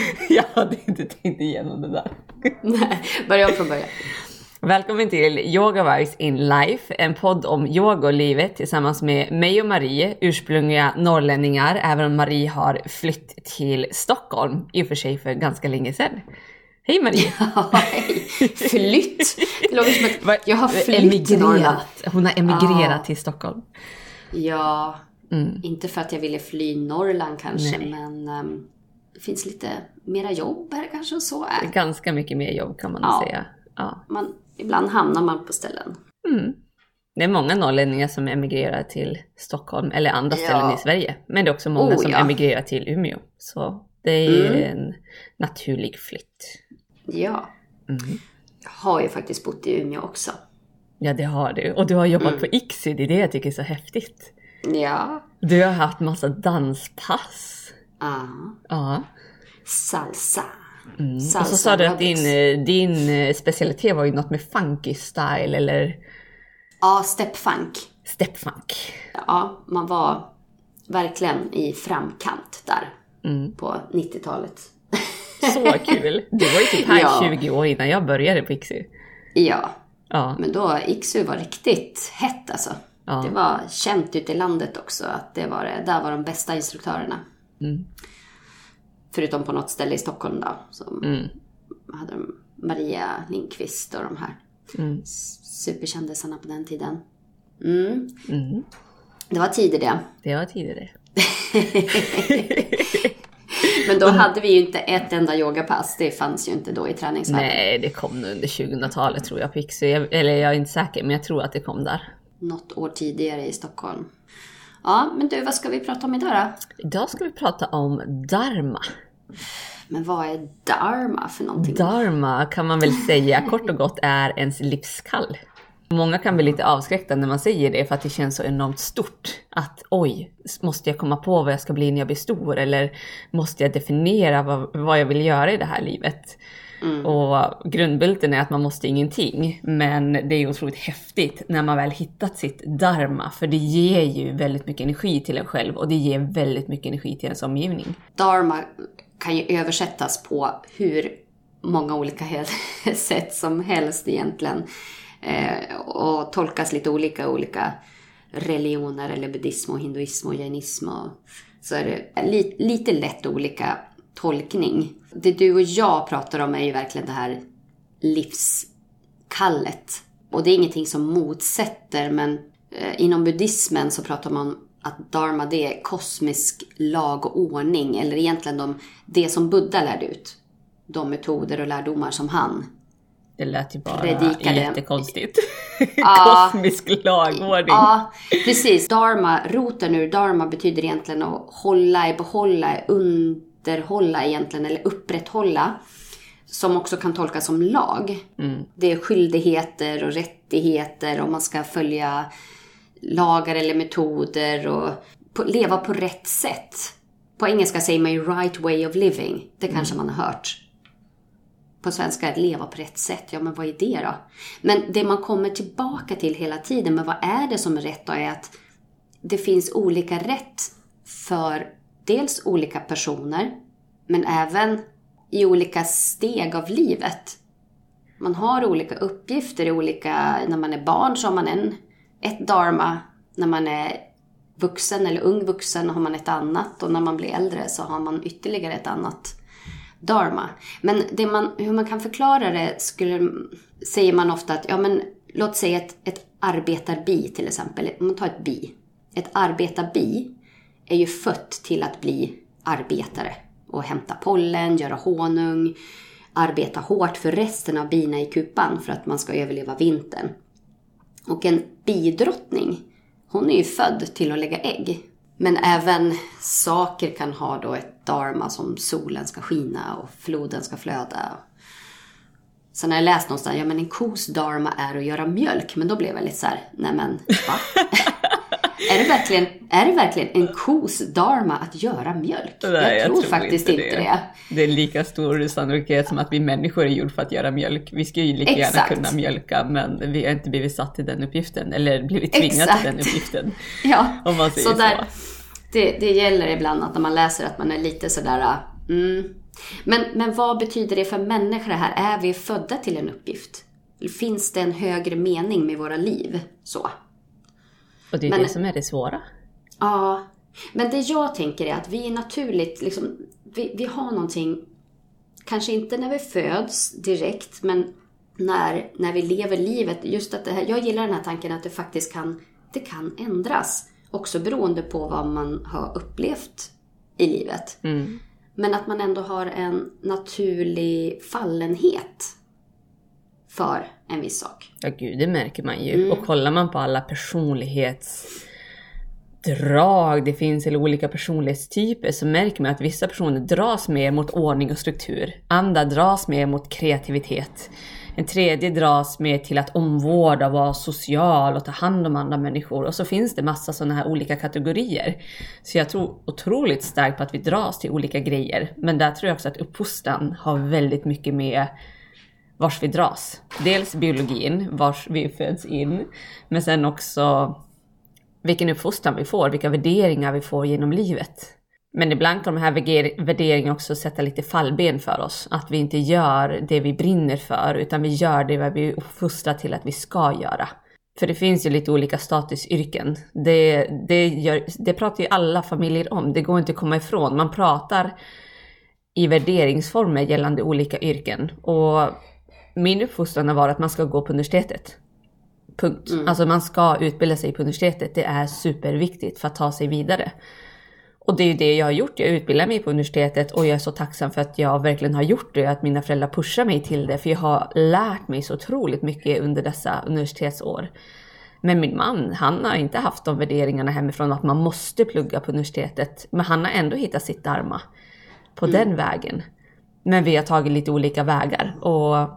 Jag hade inte tänkt igenom det där. Nej, börja om från början. Välkommen till Yoga Vibes in Life, en podd om yoga och livet tillsammans med mig och Marie, ursprungliga norrlänningar, även om Marie har flytt till Stockholm, i och för sig för ganska länge sedan. Hej Marie! Ja, hej. Flytt! Det låter som att jag har flytt till Norrland. Hon har emigrerat till Stockholm. Ja, inte för att jag ville fly Norrland kanske, men det finns lite mera jobb här kanske och så är. Ganska mycket mer jobb kan man säga. Ja. Ibland hamnar man på ställen. Det är många norrlänningar som emigrerar till Stockholm eller andra ställen i Sverige. Men det är också många som emigrerar till Umeå. Så det är en naturlig flytt. Ja, jag har ju faktiskt bott i Umeå också. Ja, det har du. Och du har jobbat på ICSI, det är det jag tycker är så häftigt. Ja. Du har haft massa danspass. Ja. Salsa. Och så sa du att din specialitet var ju något med funky style, eller? Ja, stepfunk. Stepfunk. Ja, man var verkligen i framkant där på 90-talet. Så kul. Du var ju typ här 20 år innan jag började på ICSI. Ja. Men då ICSI var riktigt hett alltså. Ja. Det var känt ute i landet också att där var de bästa instruktörerna. Förutom på något ställe i Stockholm då. Som hade de Maria Lindqvist och de här superkändisarna på den tiden. Det var tider det. Det var tider det. Men då hade vi ju inte ett enda yogapass. Det fanns ju inte då i träningsvärlden. Nej, det kom under 2000-talet tror jag på ICSI. Eller jag är inte säker, men jag tror att det kom där. Något år tidigare i Stockholm. Ja, men du, vad ska vi prata om idag då? Idag ska vi prata om dharma. Men vad är dharma för någonting? Dharma kan man väl säga kort och gott är ens livskall. Många kan bli lite avskräckta när man säger det för att det känns så enormt stort. Att oj, måste jag komma på vad jag ska bli när jag blir stor? Eller måste jag definiera vad jag vill göra i det här livet? Och grundbulten är att man måste ingenting. Men det är otroligt häftigt när man väl hittat sitt dharma. För det ger ju väldigt mycket energi till en själv. Och det ger väldigt mycket energi till ens omgivning. Dharma kan ju översättas på hur många olika sätt som helst egentligen. Och tolkas lite olika religioner eller buddhism och hinduism och jainism. Så är det lite lätt olika tolkning. Det du och jag pratar om är ju verkligen det här livskallet. Och det är ingenting som motsätter, men inom buddhismen så pratar man om att dharma, det är kosmisk lag och ordning. Eller egentligen det som Buddha lärde ut. De metoder och lärdomar som han det lät ju bara predikade. Jättekonstigt. Kosmisk lagordning. Ja, precis. Dharma, roten ur dharma betyder egentligen att hålla, behålla, underhålla egentligen, eller upprätthålla. Som också kan tolkas som lag. Det är skyldigheter och rättigheter och man ska följa lagar eller metoder och leva på rätt sätt. På engelska säger man ju right way of living. Det kanske man har hört. På svenska, att leva på rätt sätt. Ja, men vad är det då? Men det man kommer tillbaka till hela tiden, men vad är det som är rätt då, är att det finns olika rätt för dels olika personer, men även i olika steg av livet. Man har olika uppgifter i olika, när man är barn så har man ett dharma, när man är vuxen eller ung vuxen har man ett annat, och när man blir äldre så har man ytterligare ett annat dharma. Men hur man kan förklara det säger man ofta att, ja men låt säga ett arbetarbi till exempel. Om man tar ett bi. Ett arbetarbi är ju fött till att bli arbetare. Och hämta pollen, göra honung. Arbeta hårt för resten av bina i kupan för att man ska överleva vintern. Och en bidrottning, hon är ju född till att lägga ägg. Men även saker kan ha då ett dharma, som solen ska skina och floden ska flöda. Så när jag läste någonstans, ja men en kos dharma är att göra mjölk. Men då blev jag lite så här, nej men va? Är det verkligen en kos dharma att göra mjölk? Nej, jag tror faktiskt inte det. Det är lika stor sannolikhet som att vi människor är gjord för att göra mjölk. Vi ska ju lika gärna kunna mjölka, men vi har inte blivit satt till den uppgiften. Eller blivit tvingade till den uppgiften. Ja, om man säger så. Det gäller ibland att när man läser att man är lite sådär, Men vad betyder det för människor här? Är vi födda till en uppgift? Finns det en högre mening med våra liv? Så. Och det är det som är det svåra. Ja, men det jag tänker är att vi är naturligt, liksom, vi har någonting, kanske inte när vi föds direkt, men när vi lever livet, just att det här, jag gillar den här tanken att det faktiskt kan ändras, också beroende på vad man har upplevt i livet. Men att man ändå har en naturlig fallenhet för en viss sak. Ja gud, det märker man ju. Och kollar man på alla personlighetsdrag det finns, eller olika personlighetstyper, så märker man att vissa personer dras mer mot ordning och struktur. Andra dras mer mot kreativitet. En tredje dras mer till att omvårda, vara social och ta hand om andra människor. Och så finns det massa sådana här olika kategorier. Så jag tror otroligt starkt på att vi dras till olika grejer. Men där tror jag också att uppfostran har väldigt mycket med vars vi dras. Dels biologin, vars vi föds in. Men sen också vilken uppfostran vi får, vilka värderingar vi får genom livet. Men ibland kan de här värderingarna också sätta lite fallben för oss. Att vi inte gör det vi brinner för, utan vi gör det vi är uppfostrade till att vi ska göra. För det finns ju lite olika statusyrken. Det pratar ju alla familjer om. Det går inte att komma ifrån. Man pratar i värderingsformer gällande olika yrken. Och min uppfostran var att man ska gå på universitetet. Punkt. Alltså man ska utbilda sig på universitetet. Det är superviktigt för att ta sig vidare. Och det är ju det jag har gjort. Jag utbildar mig på universitetet och jag är så tacksam för att jag verkligen har gjort det. Att mina föräldrar pushar mig till det. För jag har lärt mig så otroligt mycket under dessa universitetsår. Men min man, han har inte haft de värderingarna hemifrån att man måste plugga på universitetet. Men han har ändå hittat sitt dharma på den vägen. Men vi har tagit lite olika vägar. Och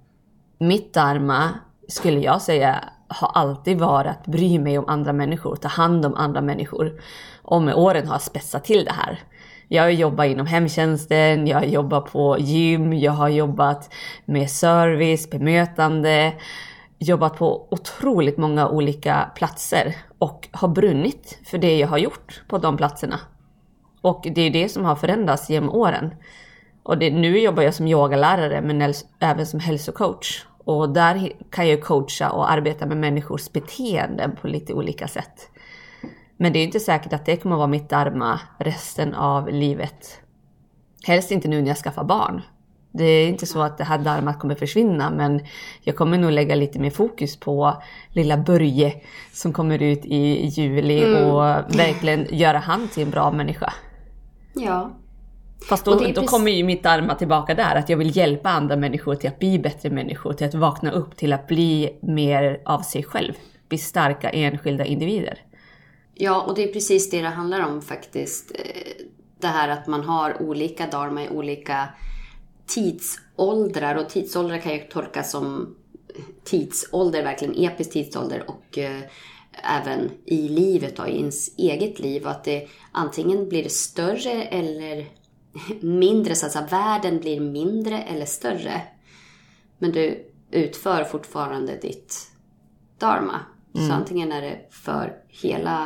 mitt dharma skulle jag säga har alltid varit att bry mig om andra människor. Ta hand om andra människor. Och med åren har jag spetsat till det här. Jag har jobbat inom hemtjänsten, jag har jobbat på gym, jag har jobbat med service, bemötande. Jobbat på otroligt många olika platser och har brunnit för det jag har gjort på de platserna. Och det är det som har förändrats genom åren. Och nu jobbar jag som yogalärare men även som hälsocoach. Och där kan jag coacha och arbeta med människors beteenden på lite olika sätt. Men det är inte säkert att det kommer att vara mitt dharma resten av livet. Helst inte nu när jag skaffar barn. Det är inte så att det här dharmat kommer försvinna, men jag kommer nog lägga lite mer fokus på lilla Börje som kommer ut i juli och verkligen göra han till en bra människa. Ja. Fast då kommer ju mitt dharma tillbaka där, att jag vill hjälpa andra människor till att bli bättre människor, till att vakna upp, till att bli mer av sig själv, bli starka enskilda individer. Ja, och det är precis det handlar om faktiskt. Det här att man har olika dharma i olika tidsåldrar. Och tidsåldrar kan ju tolkas som tidsålder, verkligen episk tidsålder. Och även i livet då, i ens eget liv. Och att det antingen blir större eller mindre. Så att världen blir mindre eller större. Men du utför fortfarande ditt dharma. Så antingen är det för hela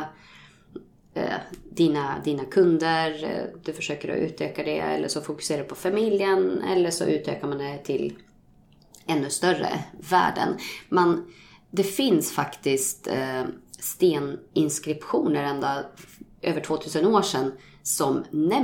dina kunder, du försöker att utöka det, eller så fokuserar du på familjen, eller så utökar man det till ännu större världen. Det finns faktiskt steninskriptioner ända över 2000 år sedan som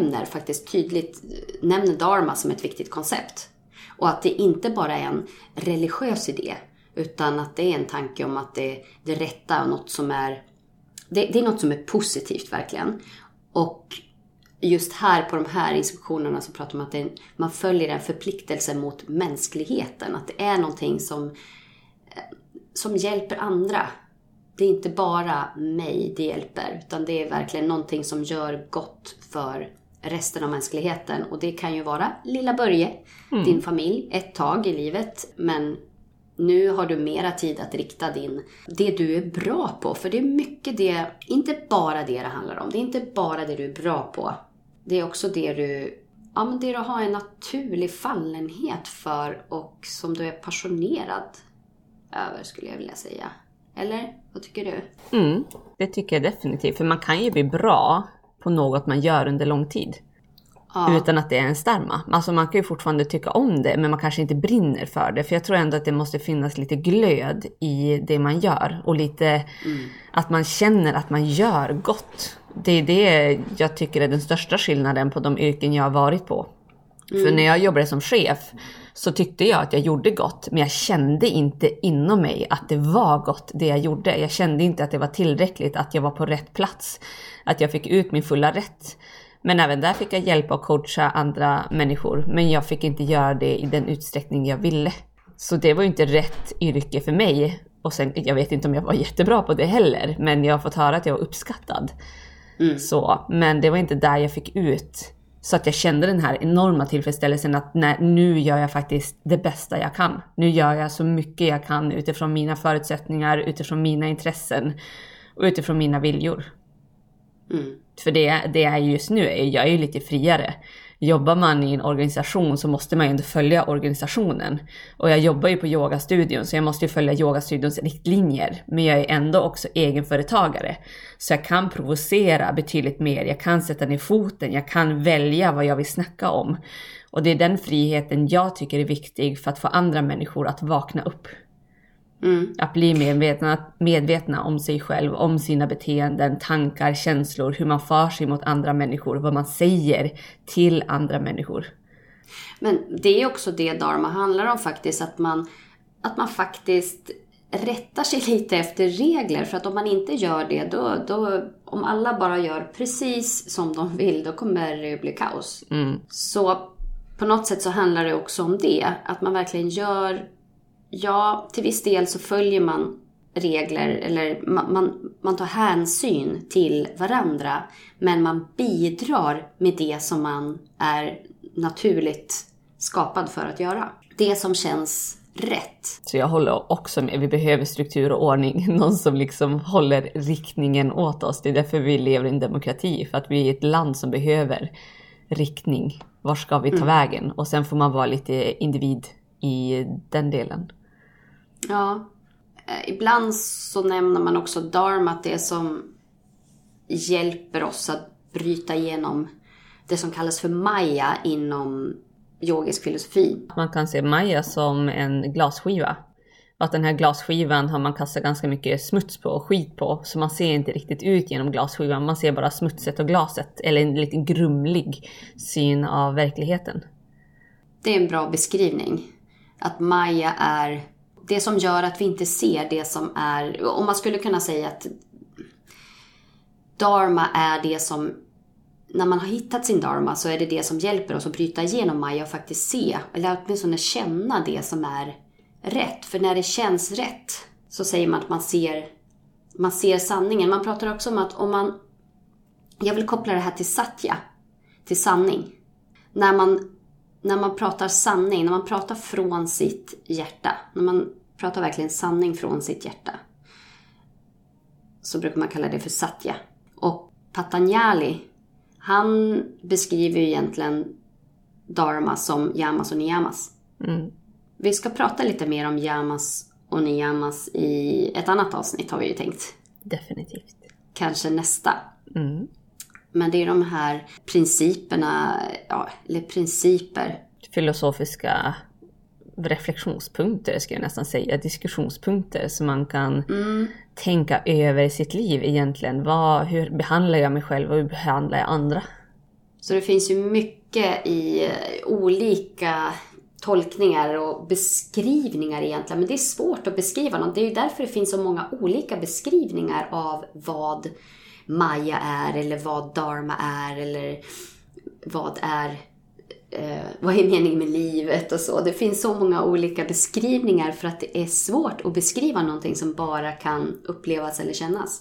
nämner dharma som ett viktigt koncept. Och att det inte bara är en religiös idé, utan att det är en tanke om att det rätta och något som är... Det är något som är positivt verkligen. Och just här på de här instruktionerna så pratar man om att man följer en förpliktelse mot mänskligheten. Att det är någonting som hjälper andra. Det är inte bara mig det hjälper, utan det är verkligen någonting som gör gott för resten av mänskligheten. Och det kan ju vara lilla Börje, din familj, ett tag i livet. Men nu har du mera tid att rikta det du är bra på. För det är mycket det, inte bara det handlar om. Det är inte bara det du är bra på. Det är också det du har en naturlig fallenhet för och som du är passionerad över, skulle jag vilja säga. Eller? Vad tycker du? Det tycker jag definitivt. För man kan ju bli bra på något man gör under lång tid. utan att det är en dharma. Alltså man kan ju fortfarande tycka om det, men man kanske inte brinner för det. För jag tror ändå att det måste finnas lite glöd i det man gör. Och lite att man känner att man gör gott. Det är det jag tycker är den största skillnaden på de yrken jag har varit på. För när jag jobbade som chef så tyckte jag att jag gjorde gott. Men jag kände inte inom mig att det var gott det jag gjorde. Jag kände inte att det var tillräckligt, att jag var på rätt plats. Att jag fick ut min fulla rätt. Men även där fick jag hjälpa och coacha andra människor. Men jag fick inte göra det i den utsträckning jag ville. Så det var ju inte rätt yrke för mig. Och sen, jag vet inte om jag var jättebra på det heller. Men jag har fått höra att jag var uppskattad. Så, men det var inte där jag fick ut. Så att jag kände den här enorma tillfredsställelsen att nu gör jag faktiskt det bästa jag kan. Nu gör jag så mycket jag kan utifrån mina förutsättningar, utifrån mina intressen och utifrån mina viljor. För det är just nu, jag är ju lite friare. Jobbar man i en organisation så måste man ju inte följa organisationen. Och jag jobbar ju på yogastudion så jag måste ju följa yogastudions riktlinjer. Men jag är ändå också egenföretagare. Så jag kan provocera betydligt mer. Jag kan sätta ner foten. Jag kan välja vad jag vill snacka om. Och det är den friheten jag tycker är viktig för att få andra människor att vakna upp. Att bli medvetna om sig själv, om sina beteenden, tankar, känslor, hur man för sig mot andra människor, vad man säger till andra människor. Men det är också det dharma handlar om faktiskt, att man faktiskt rättar sig lite efter regler. För att om man inte gör det, då om alla bara gör precis som de vill, då kommer det bli kaos. Så på något sätt så handlar det också om det, att man verkligen gör. Ja, till viss del så följer man regler eller man tar hänsyn till varandra. Men man bidrar med det som man är naturligt skapad för att göra. Det som känns rätt. Så jag håller också med, vi behöver struktur och ordning. Någon som liksom håller riktningen åt oss. Det är därför vi lever i en demokrati. För att vi är ett land som behöver riktning. Var ska vi ta vägen? Och sen får man vara lite individ i den delen. Ja, ibland så nämner man också dharma, att det som hjälper oss att bryta igenom det som kallas för maya inom yogisk filosofi. Man kan se maya som en glasskiva. Att den här glasskivan har man kastat ganska mycket smuts på och skit på. Så man ser inte riktigt ut genom glasskivan. Man ser bara smutset och glaset. Eller en lite grumlig syn av verkligheten. Det är en bra beskrivning. Att maya är det som gör att vi inte ser det som är. Om man skulle kunna säga att dharma är det som, när man har hittat sin dharma, så är det det som hjälper oss att bryta igenom maya och faktiskt se, eller åtminstone känna det som är rätt. För när det känns rätt så säger man att man ser sanningen. Man pratar också om att jag vill koppla det här till satya, till sanning. När man pratar sanning, när man pratar från sitt hjärta, när man pratar verkligen sanning från sitt hjärta, så brukar man kalla det för satya. Och Patanjali, han beskriver ju egentligen dharma som yamas och niyamas. Vi ska prata lite mer om yamas och niyamas i ett annat avsnitt, har vi ju tänkt. Definitivt. Kanske nästa. Men det är de här principerna, eller principer. Filosofiska reflektionspunkter, ska jag nästan säga. Diskussionspunkter som man kan tänka över sitt liv egentligen. Hur behandlar jag mig själv och hur behandlar jag andra? Så det finns ju mycket i olika tolkningar och beskrivningar egentligen. Men det är svårt att beskriva något. Det är ju därför det finns så många olika beskrivningar av vad maya är, eller vad dharma är, eller vad är meningen med livet och så. Det finns så många olika beskrivningar för att det är svårt att beskriva någonting som bara kan upplevas eller kännas.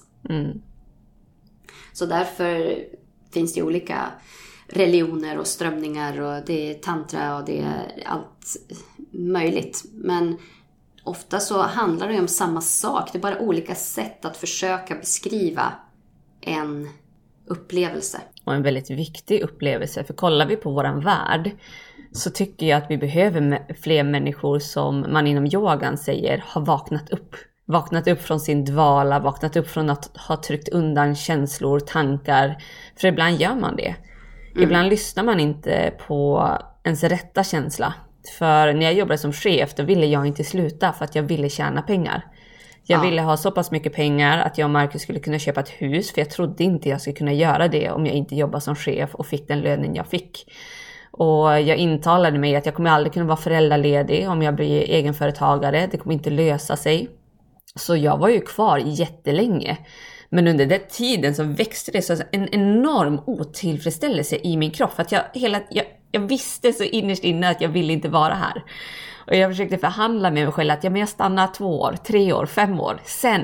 Så därför finns det olika religioner och strömningar, och det är tantra och det är allt möjligt. Men ofta så handlar det om samma sak. Det är bara olika sätt att försöka beskriva en upplevelse. Och en väldigt viktig upplevelse. För kollar vi på våran värld så tycker jag att vi behöver fler människor som man inom yogan säger har vaknat upp. Vaknat upp från sin dvala, vaknat upp från att ha tryckt undan känslor, tankar. För ibland gör man det. Ibland lyssnar man inte på ens rätta känsla. För när jag jobbade som chef, då ville jag inte sluta för att jag ville tjäna pengar. Jag ville ha så pass mycket pengar att jag och Marcus skulle kunna köpa ett hus. För jag trodde inte jag skulle kunna göra det om jag inte jobbade som chef och fick den lönen jag fick. Och jag intalade mig att jag kommer aldrig kunna vara föräldraledig om jag blir egenföretagare. Det kommer inte lösa sig. Så jag var ju kvar jättelänge. Men under den tiden så växte det så en enorm otillfredsställelse i min kropp. För att jag visste så innerst inne att jag ville inte vara här. Och jag försökte förhandla med mig själv att jag stannar 2 år, 3 år, 5 år.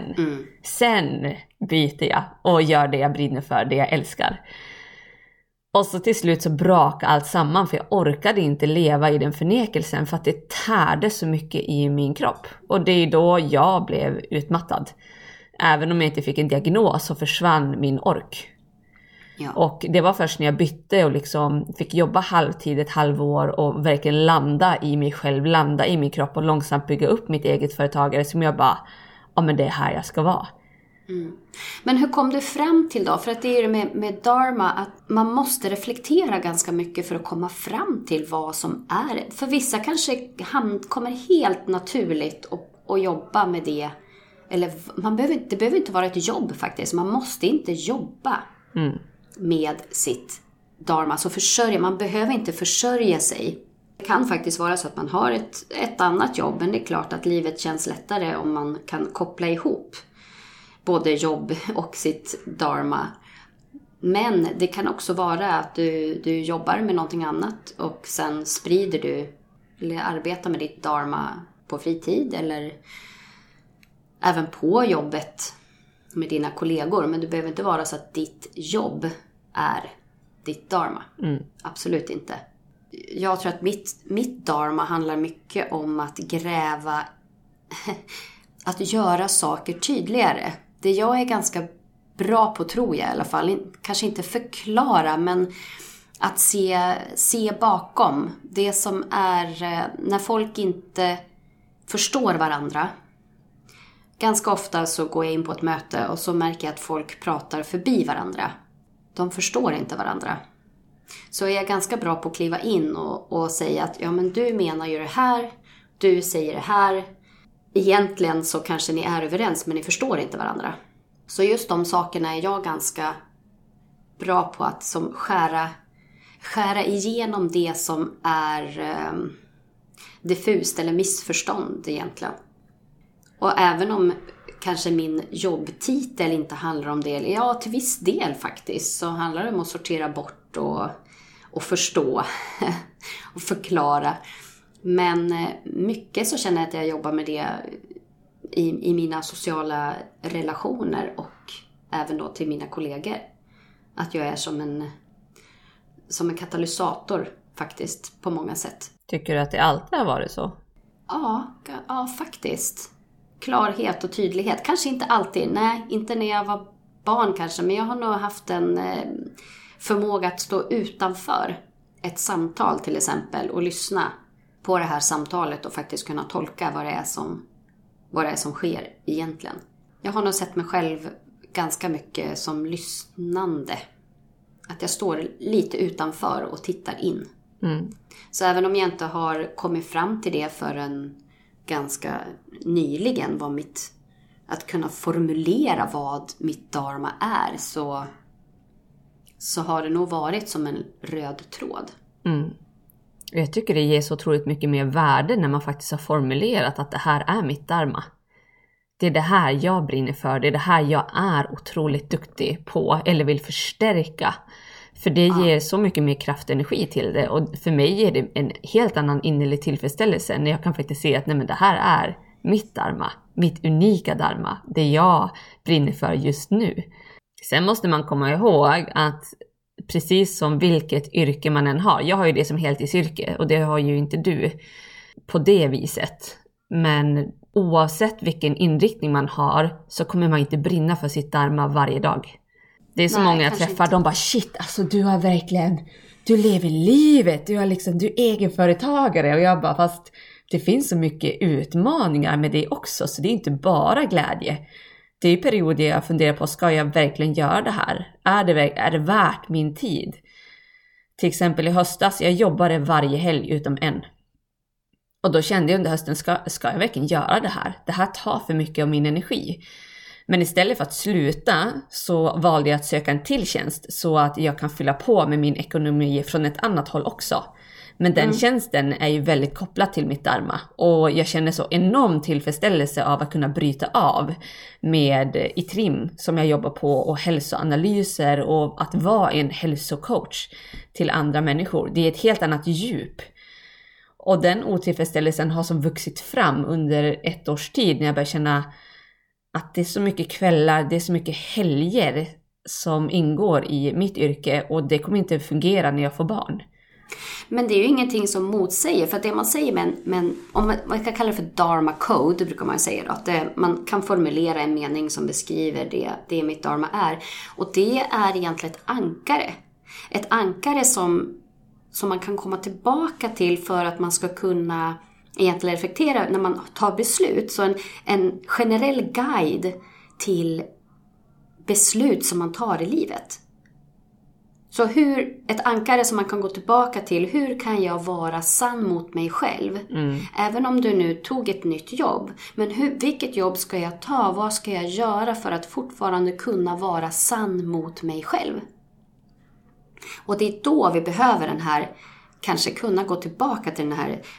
Sen byter jag och gör det jag brinner för, det jag älskar. Och så till slut så brakade allt samman, för jag orkade inte leva i den förnekelsen för att det tärde så mycket i min kropp. Och det är då jag blev utmattad. Även om jag inte fick en diagnos så försvann min ork. Ja. Och det var först när jag bytte och liksom fick jobba halvtid ett halvår och verkligen landa i mig själv, landa i min kropp och långsamt bygga upp mitt eget företagare som jag bara, men det är här jag ska vara. Men hur kom du fram till då? För att det är ju med Dharma att man måste reflektera ganska mycket för att komma fram till vad som är. För vissa kanske kommer helt naturligt att jobba med det. Eller det behöver inte vara ett jobb faktiskt. Man måste inte jobba med sitt Dharma. Så man behöver inte försörja sig. Det kan faktiskt vara så att man har ett annat jobb. Men det är klart att livet känns lättare om man kan koppla ihop både jobb och sitt Dharma. Men det kan också vara att du jobbar med någonting annat och sen sprider du eller arbetar med ditt Dharma på fritid eller även på jobbet med dina kollegor. Men det behöver inte vara så att ditt jobb är ditt Dharma. Absolut inte. Jag tror att mitt Dharma handlar mycket om att gräva, att göra saker tydligare. Det jag är ganska bra på, tror jag i alla fall, kanske inte förklara, men att se bakom det som är när folk inte förstår varandra. Ganska ofta så går jag in på ett möte och så märker jag att folk pratar förbi varandra. De förstår inte varandra. Så är jag ganska bra på att kliva in och säga att men du menar ju det här, du säger det här. Egentligen så kanske ni är överens men ni förstår inte varandra. Så just de sakerna är jag ganska bra på att som skära igenom det som är diffust eller missförstånd egentligen. Och även om kanske min jobbtitel inte handlar om det, ja till viss del faktiskt, så handlar det om att sortera bort och förstå och förklara. Men mycket så känner jag att jag jobbar med det i mina sociala relationer och även då till mina kollegor. Att jag är som en katalysator faktiskt på många sätt. Tycker du att det alltid har varit så? Ja, faktiskt. Klarhet och tydlighet. Kanske inte alltid. Nej, inte när jag var barn kanske. Men jag har nog haft en förmåga att stå utanför ett samtal till exempel och lyssna på det här samtalet och faktiskt kunna tolka vad det är som sker egentligen. Jag har nog sett mig själv ganska mycket som lyssnande. Att jag står lite utanför och tittar in. Så även om jag inte har kommit fram till det förrän ganska nyligen var att kunna formulera vad mitt Dharma är, så har det nog varit som en röd tråd. Jag tycker det ger så otroligt mycket mer värde när man faktiskt har formulerat att det här är mitt Dharma. Det är det här jag brinner för, det är det här jag är otroligt duktig på eller vill förstärka. För det ger så mycket mer kraft och energi till det. Och för mig ger det en helt annan innerlig tillfredsställelse när jag kan faktiskt se att nej, men det här är mitt Dharma. Mitt unika Dharma. Det jag brinner för just nu. Sen måste man komma ihåg att precis som vilket yrke man än har. Jag har ju det som heltidsyrke och det har ju inte du på det viset. Men oavsett vilken inriktning man har så kommer man inte brinna för sitt Dharma varje dag. Det är så många jag träffar, de bara shit, alltså du lever livet, du är egenföretagare. Och jag bara, fast det finns så mycket utmaningar med det också, så det är inte bara glädje. Det är perioder jag funderar på, ska jag verkligen göra det här? Är det värt min tid? Till exempel i höstas, jag jobbade varje helg utom en. Och då kände jag under hösten, ska jag verkligen göra det här? Det här tar för mycket av min energi. Men istället för att sluta så valde jag att söka en till tjänst så att jag kan fylla på med min ekonomi från ett annat håll också. Men den tjänsten är ju väldigt kopplad till mitt dharma. Och jag känner så enorm tillfredsställelse av att kunna bryta av med ITRIM som jag jobbar på och hälsoanalyser och att vara en hälsocoach till andra människor. Det är ett helt annat djup. Och den otillfredsställelsen har som vuxit fram under 1 års tid när jag börjar känna att det är så mycket kvällar, det är så mycket helger som ingår i mitt yrke och det kommer inte fungera när jag får barn. Men det är ju ingenting som motsäger, för att det man säger, men om man kan kalla det för dharma code, brukar man säga då, att man kan formulera en mening som beskriver det mitt dharma är. Och det är egentligen ett ankare. Ett ankare som man kan komma tillbaka till för att man ska kunna egentligen reflektera när man tar beslut. Så en generell guide till beslut som man tar i livet. Så ett ankare som man kan gå tillbaka till, hur kan jag vara sann mot mig själv? Även om du nu tog ett nytt jobb. Men vilket jobb ska jag ta? Vad ska jag göra för att fortfarande kunna vara sann mot mig själv? Och det är då vi behöver den här, kanske kunna gå tillbaka till den här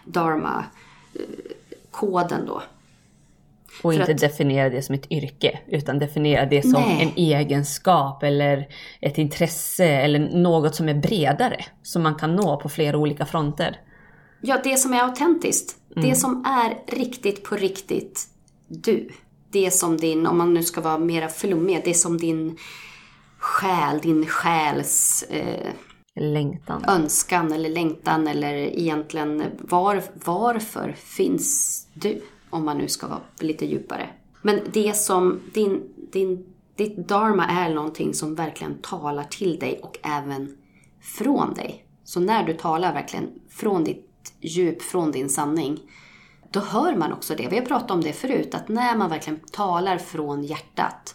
dharma-koden då. Och inte definiera det som ett yrke, utan definiera det som en egenskap eller ett intresse eller något som är bredare, som man kan nå på flera olika fronter. Ja, det som är autentiskt. Det som är riktigt på riktigt du. Det som din, om man nu ska vara mera flummig, det som din själ, din själs längtan. Önskan eller längtan, eller egentligen varför finns du? Om man nu ska vara lite djupare. Men det som ditt dharma är någonting som verkligen talar till dig och även från dig. Så när du talar verkligen från ditt djup, från din sanning, då hör man också det. Vi har pratat om det förut, att när man verkligen talar från hjärtat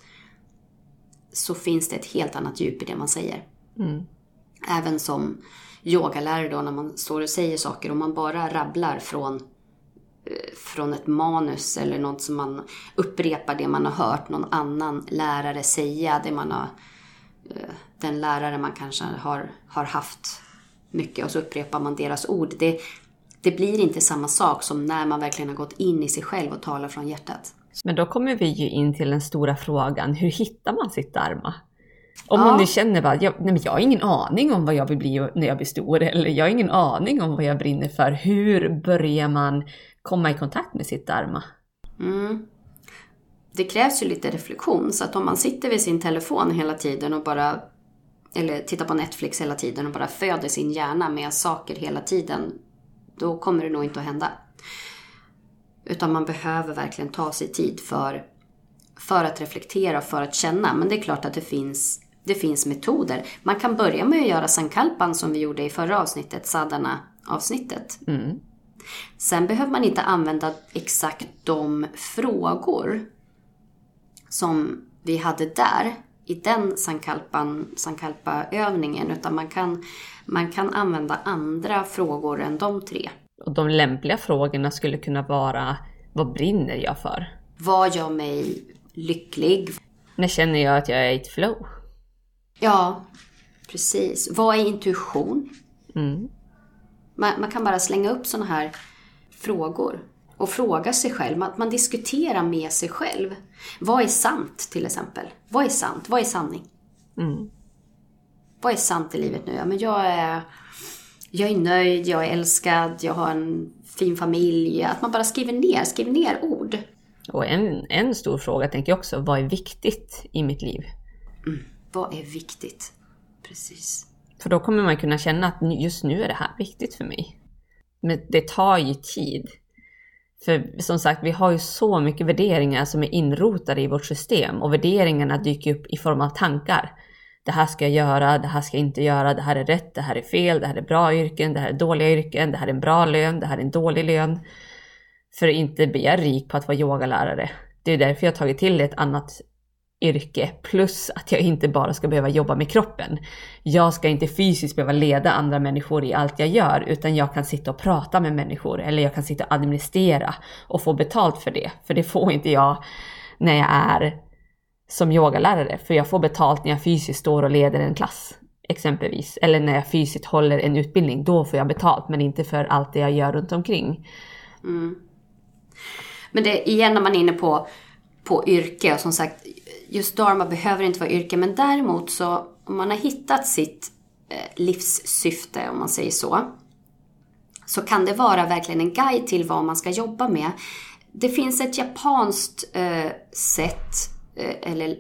så finns det ett helt annat djup i det man säger. Även som yogalärare då, när man står och säger saker och man bara rabblar från ett manus eller något som man upprepar det man har hört någon annan lärare säga, det man har, den lärare man kanske har haft mycket, och så upprepar man deras ord. Det blir inte samma sak som när man verkligen har gått in i sig själv och talar från hjärtat. Men då kommer vi ju in till den stora frågan, hur hittar man sitt dharma? Om man nu känner att jag har ingen aning om vad jag vill bli när jag blir stor, eller jag har ingen aning om vad jag brinner för. Hur börjar man komma i kontakt med sitt dharma? Det krävs ju lite reflektion, så att om man sitter vid sin telefon hela tiden och bara, eller tittar på Netflix hela tiden och bara föder sin hjärna med saker hela tiden, då kommer det nog inte att hända. Utan man behöver verkligen ta sig tid för att reflektera och för att känna. Men det är klart att det finns metoder. Man kan börja med att göra sankalpan som vi gjorde i förra avsnittet, sadhana-avsnittet. Sen behöver man inte använda exakt de frågor som vi hade där i den sankalpa-övningen, utan man kan använda andra frågor än de 3. Och de lämpliga frågorna skulle kunna vara, vad brinner jag för? Vad gör mig lycklig? När känner jag att jag är i ett flow? Ja, precis. Vad är intuition? Man kan bara slänga upp såna här frågor och fråga sig själv. Man diskuterar med sig själv. Vad är sant till exempel? Vad är sant? Vad är sanning? Vad är sant i livet nu? Ja, men jag är nöjd, jag är älskad, jag har en fin familj. Att man bara skriver ner ord. Och en stor fråga tänker jag också, vad är viktigt i mitt liv? Vad är viktigt? Precis. För då kommer man kunna känna att just nu är det här viktigt för mig. Men det tar ju tid. För som sagt, vi har ju så mycket värderingar som är inrotade i vårt system. Och värderingarna dyker upp i form av tankar. Det här ska jag göra, det här ska jag inte göra, det här är rätt, det här är fel, det här är bra yrken, det här är dåliga yrken, det här är en bra lön, det här är en dålig lön. För att inte bli rik på att vara yogalärare. Det är därför jag har tagit till ett annat yrke, plus att jag inte bara ska behöva jobba med kroppen. Jag ska inte fysiskt behöva leda andra människor i allt jag gör, utan jag kan sitta och prata med människor, eller jag kan sitta och administrera och få betalt för det. För det får inte jag när jag är som yogalärare, för jag får betalt när jag fysiskt står och leder en klass exempelvis, eller när jag fysiskt håller en utbildning, då får jag betalt, men inte för allt det jag gör runt omkring. Men det igen när man är inne på yrke, och som sagt, just dharma behöver inte vara yrke, men däremot så om man har hittat sitt livssyfte, om man säger så kan det vara verkligen en guide till vad man ska jobba med. Det finns ett japanskt sätt eller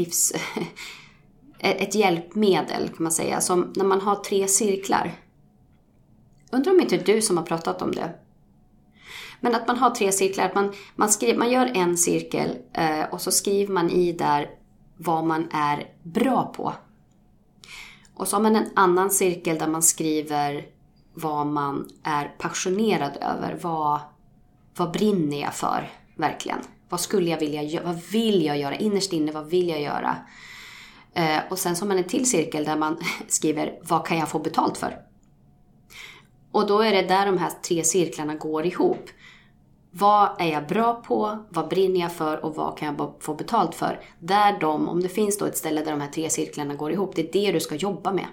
ett hjälpmedel kan man säga, som när man har 3 cirklar. Undrar om inte du som har pratat om det. Men att man har 3 cirklar, att man gör en cirkel och så skriver man i där vad man är bra på. Och så har man en annan cirkel där man skriver vad man är passionerad över. Vad brinner jag för verkligen? Vad skulle jag vilja göra? Vad vill jag göra? Innerst inne, vad vill jag göra? Och sen så har man en till cirkel där man skriver vad kan jag få betalt för? Och då är det där de här 3 cirklarna går ihop. Vad är jag bra på? Vad brinner jag för? Och vad kan jag få betalt för? Om det finns då ett ställe där de här 3 cirklarna går ihop, det är det du ska jobba med.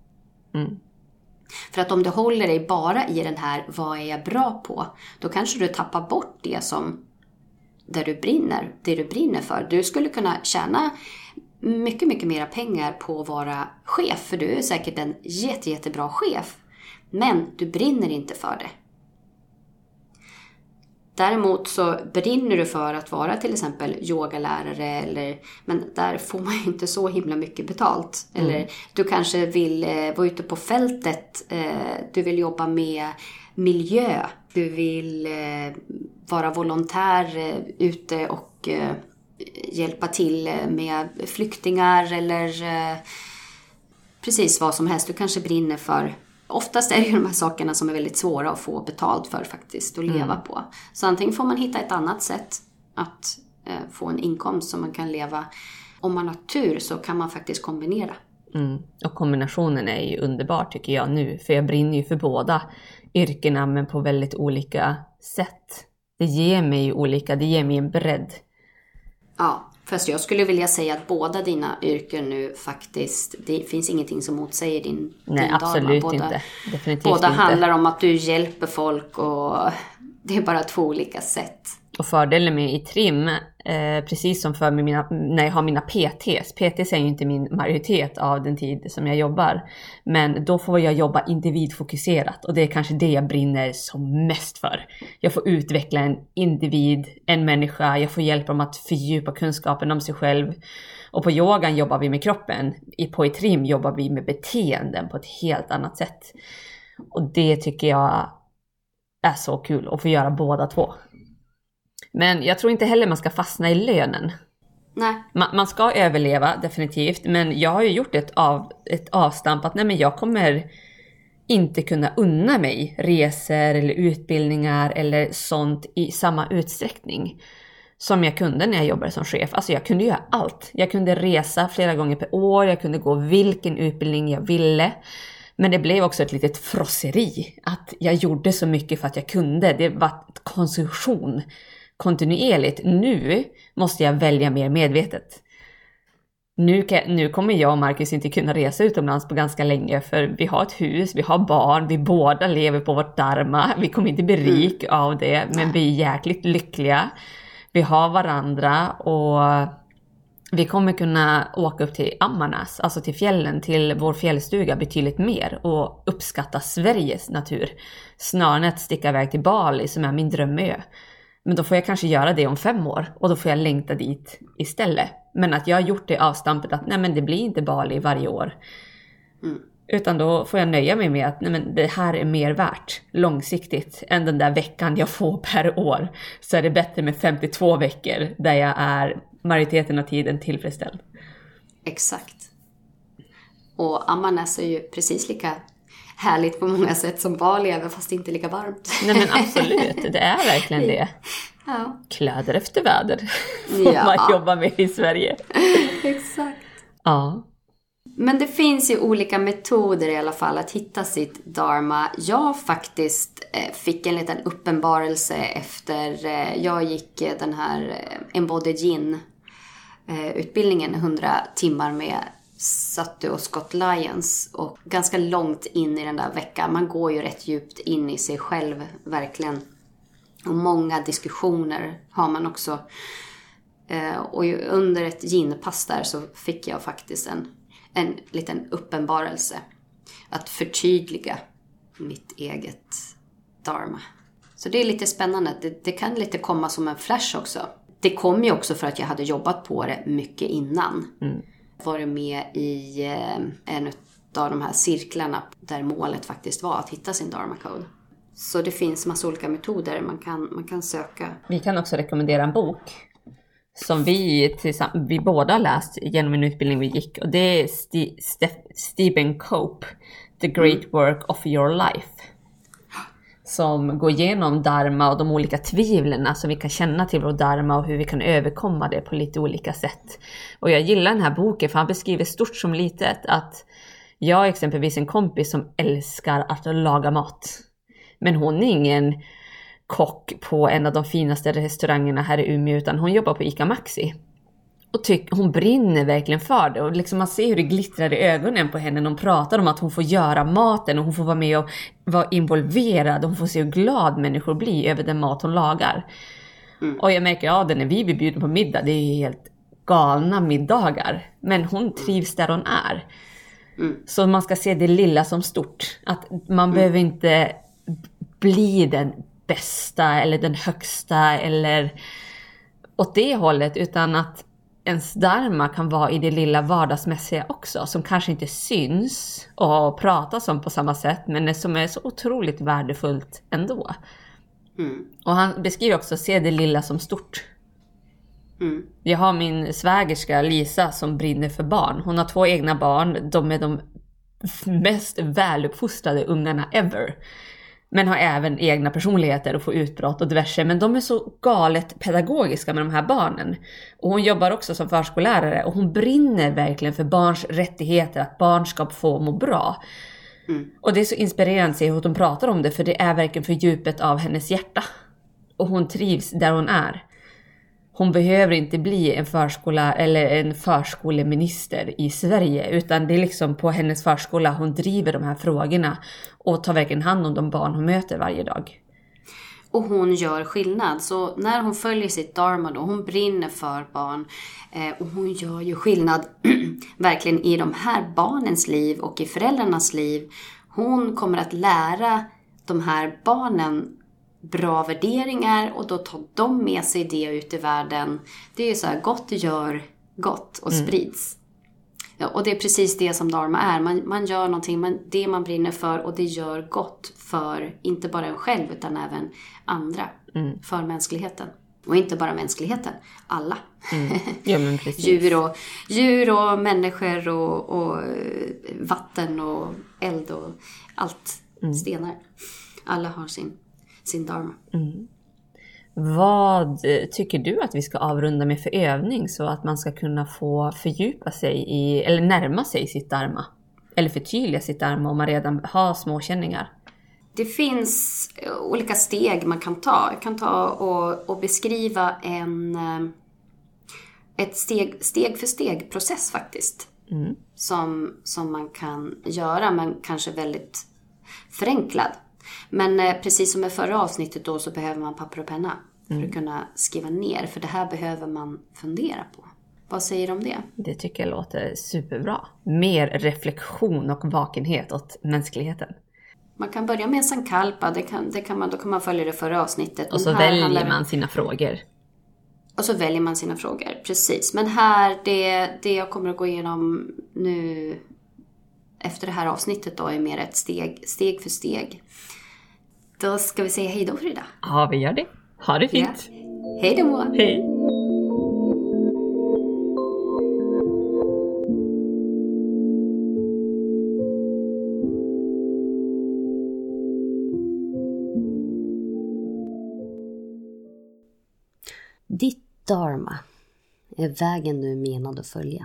För att om du håller dig bara i den här, vad är jag bra på? Då kanske du tappar bort det som det du brinner för. Du skulle kunna tjäna mycket, mycket mera pengar på att vara chef. För du är säkert en jättebra chef. Men du brinner inte för det. Däremot så brinner du för att vara till exempel yogalärare. Men där får man ju inte så himla mycket betalt. Eller du kanske vill vara ute på fältet. Du vill jobba med miljö. Du vill vara volontär ute och hjälpa till med flyktingar. Eller precis vad som helst. Du kanske brinner för. Oftast är det ju de här sakerna som är väldigt svåra att få betalt för faktiskt och leva på. Så antingen får man hitta ett annat sätt att få en inkomst som man kan leva. Om man har tur så kan man faktiskt kombinera. Och kombinationen är ju underbar tycker jag nu. För jag brinner ju för båda yrkena men på väldigt olika sätt. Det ger mig en bredd. Ja. Fast jag skulle vilja säga att båda dina yrken nu faktiskt, det finns ingenting som motsäger din Nej, absolut inte. Definitivt båda inte. handlar om att du hjälper folk och det är bara 2 olika sätt. Och fördelen med i trim, precis som för när jag har mina PTs. PTs är ju inte min majoritet av den tid som jag jobbar. Men då får jag jobba individfokuserat. Och det är kanske det jag brinner som mest för. Jag får utveckla en individ, en människa. Jag får hjälpa dem att fördjupa kunskapen om sig själv. Och på yogan jobbar vi med kroppen. På i trim jobbar vi med beteenden på ett helt annat sätt. Och det tycker jag är så kul att få göra båda 2. Men jag tror inte heller man ska fastna i lönen. Nej. Man ska överleva definitivt. Men jag har ju gjort ett avstamp att jag kommer inte kunna unna mig resor eller utbildningar eller sånt i samma utsträckning som jag kunde när jag jobbade som chef. Alltså jag kunde göra allt. Jag kunde resa flera gånger per år. Jag kunde gå vilken utbildning jag ville. Men det blev också ett litet frosseri. Att jag gjorde så mycket för att jag kunde. Det var konsumtion kontinuerligt. Nu måste jag välja mer medvetet. Nu kommer jag och Marcus inte kunna resa utomlands på ganska länge. För vi har ett hus, vi har barn, vi båda lever på vårt dharma. Vi kommer inte bli rik av det, men vi är jäkligt lyckliga. Vi har varandra och vi kommer kunna åka upp till Ammarnäs, alltså till fjällen, till vår fjällstuga betydligt mer och uppskatta Sveriges natur. Snarare än att sticka iväg till Bali som är min drömö. Men då får jag kanske göra det om 5 år och då får jag längta dit istället. Men att jag har gjort det avstampet att det blir inte Bali varje år. Utan då får jag nöja mig med att det här är mer värt långsiktigt än den där veckan jag får per år. Så är det bättre med 52 veckor där jag är majoriteten av tiden tillfredsställd. Exakt. Och Ammarnäs är ju precis lika härligt på många sätt som Bali, även fast det inte är lika varmt. Nej men absolut, det är verkligen det. Ja. Kläder efter väder får man jobba med i Sverige. Exakt. Ja. Men det finns ju olika metoder i alla fall att hitta sitt dharma. Jag faktiskt fick en liten uppenbarelse efter jag gick den här Embodied Yin utbildningen 100 timmar med Sattu och Scott Lyons, och ganska långt in i den där veckan. Man går ju rätt djupt in i sig själv, verkligen. Och många diskussioner har man också. Och under ett yin-pass där så fick jag faktiskt en liten uppenbarelse. Att förtydliga mitt eget dharma. Så det är lite spännande. Det kan lite komma som en flash också. Det kom ju också för att jag hade jobbat på det mycket innan. Varit med i en av de här cirklarna där målet faktiskt var att hitta sin dharma code. Så det finns massa olika metoder man kan söka. Vi kan också rekommendera en bok som vi båda läst genom en utbildning vi gick. Och det är Stephen Cope, The Great Work of Your Life. Som går igenom dharma och de olika tvivlen som vi kan känna till vår dharma och hur vi kan överkomma det på lite olika sätt. Och jag gillar den här boken för han beskriver stort som litet att jag har exempelvis en kompis som älskar att laga mat. Men hon är ingen kock på en av de finaste restaurangerna här i Umeå, utan hon jobbar på ICA Maxi. Och hon brinner verkligen för det. Och liksom man ser hur det glittrar i ögonen på henne när hon pratar om att hon får göra maten och hon får vara med och vara involverad. Och hon får se hur glad människor blir över den mat hon lagar. Och jag märker, när vi blir bjudna på middag, det är helt galna middagar. Men hon trivs där hon är. Så man ska se det lilla som stort. Att man behöver inte bli den bästa eller den högsta eller åt det hållet, utan att ens dharma kan vara i det lilla vardagsmässiga också, som kanske inte syns och pratas om på samma sätt, men som är så otroligt värdefullt ändå. Och han beskriver också se det lilla som stort. Jag har min svägerska Lisa som brinner för barn. Hon har 2 egna barn, de är de mest väluppfostrade ungarna ever. Men har även egna personligheter och får utbrott och diverse. Men de är så galet pedagogiska med de här barnen. Och hon jobbar också som förskollärare. Och hon brinner verkligen för barns rättigheter. Att barn ska få må bra. Och det är så inspirerande att se hur hon pratar om det. För det är verkligen för djupet av hennes hjärta. Och hon trivs där hon är. Hon behöver inte bli en förskola eller en förskoleminister i Sverige, utan det är liksom på hennes förskola hon driver de här frågorna och tar verkligen hand om de barn hon möter varje dag. Och hon gör skillnad. Så när hon följer sitt dharma då, hon brinner för barn och hon gör ju skillnad verkligen i de här barnens liv och i föräldrarnas liv. Hon kommer att lära de här barnen bra värderingar och då tar de med sig det ut i världen. Det är ju så här, gott gör gott och sprids. Ja, och det är precis det som dharma är. Man gör någonting, det man brinner för, och det gör gott för inte bara en själv utan även andra. För mänskligheten. Och inte bara mänskligheten, alla. Ja, men precis. Djur och människor och vatten och eld och allt. Stenar. Alla har sin dharma. Vad tycker du att vi ska avrunda med för övning så att man ska kunna få fördjupa sig i, eller närma sig sitt dharma? Eller förtydliga sitt dharma om man redan har småkänningar? Det finns olika steg man kan ta. Jag kan ta och beskriva ett steg för steg process faktiskt. Som man kan göra, men kanske väldigt förenklad. Men precis som i förra avsnittet då, så behöver man papper och penna för att kunna skriva ner. För det här behöver man fundera på. Vad säger du om det? Det tycker jag låter superbra. Mer reflektion och vakenhet åt mänskligheten. Man kan börja med en sankalpa. Då kan man följa det förra avsnittet. Och så väljer man sina frågor. Och så väljer man sina frågor, precis. Men här, det jag kommer att gå igenom nu efter det här avsnittet då är mer ett steg för steg. Då ska vi säga hej då, Frida. Ja, vi gör det. Ha det fint. Ja. Hej då. Hej. Ditt dharma är vägen du är menad att följa.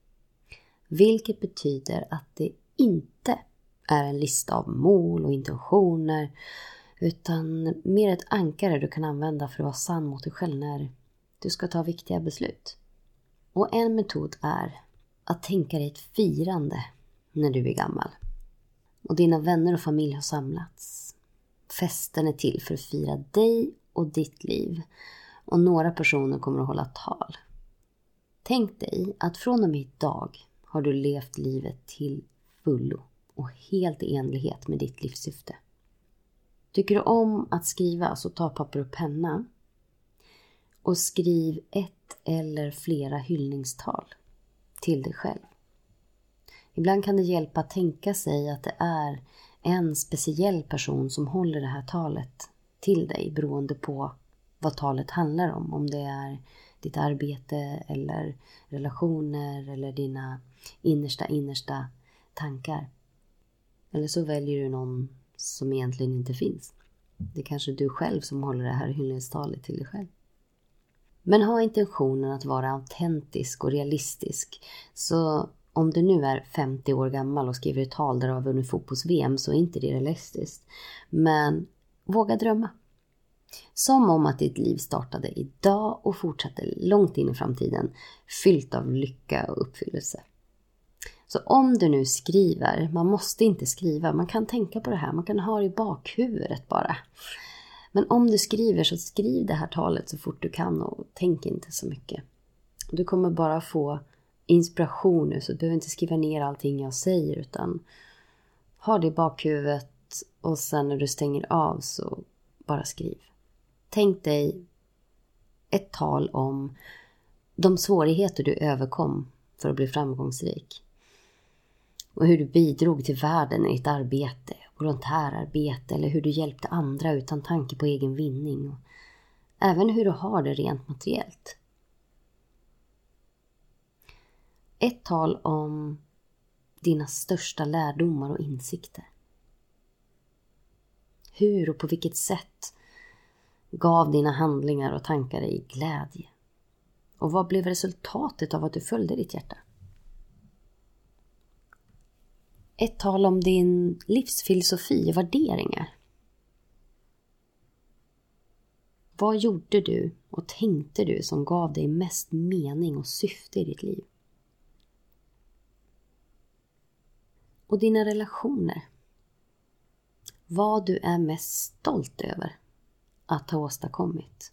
Vilket betyder att det inte är en lista av mål och intentioner, utan mer ett ankare du kan använda för att vara sann mot dig själv när du ska ta viktiga beslut. Och en metod är att tänka dig ett firande när du är gammal. Och dina vänner och familj har samlats. Festen är till för att fira dig och ditt liv. Och några personer kommer att hålla tal. Tänk dig att från och med idag har du levt livet till fullo och helt i enlighet med ditt livssyfte. Tycker du om att skriva, så ta papper och penna och skriv ett eller flera hyllningstal till dig själv. Ibland kan det hjälpa att tänka sig att det är en speciell person som håller det här talet till dig, beroende på vad talet handlar om. Om det är ditt arbete eller relationer eller dina innersta tankar. Eller så väljer du någon som egentligen inte finns. Det är kanske du själv som håller det här hyllningstalet till dig själv. Men ha intentionen att vara autentisk och realistisk. Så om du nu är 50 år gammal och skriver ett tal där du har vunnit fotbolls-VM, så är inte det realistiskt. Men våga drömma. Som om att ditt liv startade idag och fortsatte långt in i framtiden, fyllt av lycka och uppfyllelse. Så om du nu skriver, man måste inte skriva, man kan tänka på det här, man kan ha det i bakhuvudet bara. Men om du skriver, så skriv det här talet så fort du kan och tänk inte så mycket. Du kommer bara få inspiration nu, så du behöver inte skriva ner allting jag säger, utan ha det i bakhuvudet och sen när du stänger av så bara skriv. Tänk dig ett tal om de svårigheter du överkom för att bli framgångsrik. Och hur du bidrog till världen i ett arbete, volontärarbete, eller hur du hjälpte andra utan tanke på egen vinning. Och även hur du har det rent materiellt. Ett tal om dina största lärdomar och insikter. Hur och på vilket sätt gav dina handlingar och tankar dig glädje? Och vad blev resultatet av att du följde ditt hjärta? Ett tal om din livsfilosofi och värderingar. Vad gjorde du och tänkte du som gav dig mest mening och syfte i ditt liv? Och dina relationer. Vad du är mest stolt över att ha åstadkommit.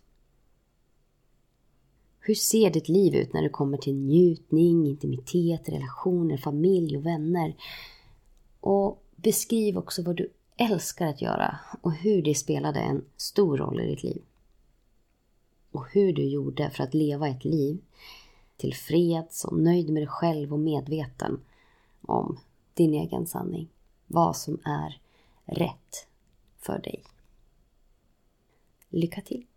Hur ser ditt liv ut när det kommer till njutning, intimitet, relationer, familj och vänner? Och beskriv också vad du älskar att göra och hur det spelade en stor roll i ditt liv. Och hur du gjorde för att leva ett liv till freds och nöjd med dig själv och medveten om din egen sanning. Vad som är rätt för dig. Lycka till!